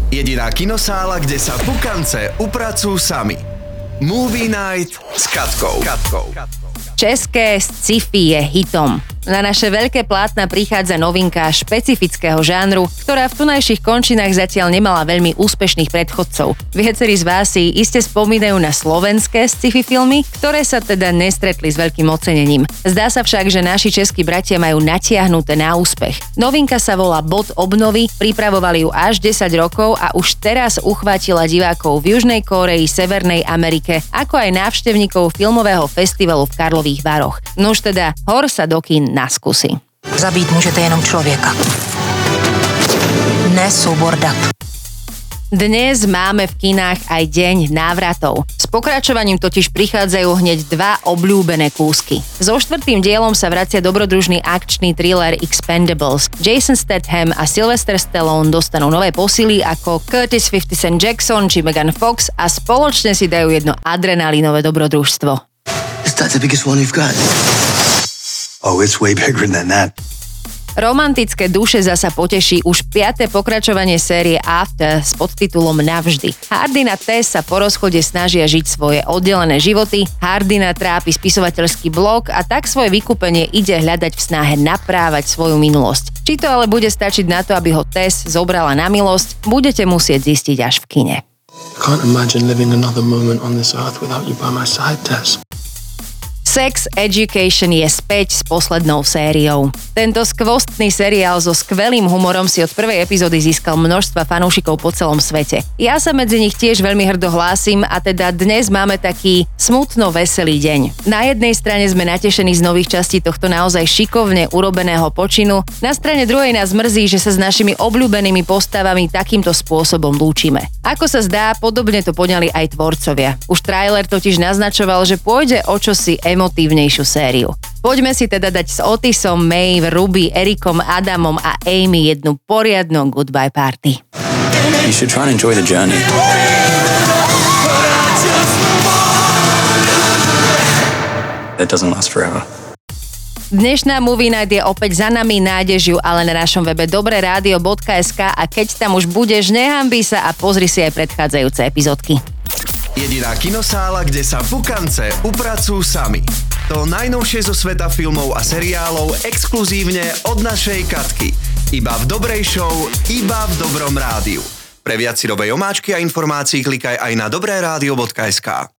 Jediná kinosála, kde sa pukance upracujú sami. Movie Night s Katkou. České sci-fi je hitom. Na naše veľké plátna prichádza novinka špecifického žánru, ktorá v tunajších končinách zatiaľ nemala veľmi úspešných predchodcov. Viacerí z vás si iste spomínajú na slovenské sci-fi filmy, ktoré sa teda nestretli s veľkým ocenením. Zdá sa však, že naši českí bratia majú natiahnuté na úspech. Novinka sa volá Bod obnovy, pripravovali ju až 10 rokov a už teraz uchvátila divákov v Južnej Kórei, Severnej Amerike, ako aj návštevníkov filmového festivalu v Karlových Varoch. Nuž teda, hor sa do kín na skúsi. Zabít můžete jenom člověka. Ne soubor dat. Dnes máme v kinách aj deň návratov. S pokračovaním totiž prichádzajú hneď dva obľúbené kúsky. So 4. dielom sa vracia dobrodružný akčný thriller Expendables. Jason Statham a Sylvester Stallone dostanú nové posily ako Curtis 50 Cent Jackson či Megan Fox a spoločne si dajú jedno adrenalínové dobrodružstvo. Is that the biggest one you've got? Oh, it's way bigger than that. Romantické duše zasa poteší už 5. pokračovanie série After s podtitulom Navždy. Hardin a Tess sa po rozchode snažia žiť svoje oddelené životy, Hardina trápi spisovateľský blog a tak svoje vykúpenie ide hľadať v snahe naprávať svoju minulosť. Či to ale bude stačiť na to, aby ho Tess zobrala na milosť, budete musieť zistiť až v kine. I can't imagine living another moment on this earth without you by my side, Tess. Sex Education je späť s poslednou sériou. Tento skvostný seriál so skvelým humorom si od prvej epizódy získal množstva fanúšikov po celom svete. Ja sa medzi nich tiež veľmi hrdo hlásim a teda dnes máme taký smutno veselý deň. Na jednej strane sme natešení z nových častí tohto naozaj šikovne urobeného počinu, na strane druhej nás mrzí, že sa s našimi obľúbenými postavami takýmto spôsobom lúčime. Ako sa zdá, podobne to poňali aj tvorcovia. Už trailer totiž naznačoval, že pôjde o čosi emotívnejšiu sériu. Poďme si teda dať s Otisom, Maeve, Ruby, Erikom, Adamom a Amy jednu poriadnu goodbye party. You should try and enjoy the journey. It doesn't last forever. Dnešná Movie Night je opäť za nami, nájdeš ju ale na našom webe dobreradio.sk a keď tam už budeš, nehanbí sa a pozri si aj predchádzajúce epizódky. Jediná kinosála, kde sa pukance upracujú sami. To najnovšie zo sveta filmov a seriálov exkluzívne od našej Katky. Iba v dobrej show, iba v dobrom rádiu. Pre viac si dobej omáčky a informácií klikaj aj na dobreradio.sk.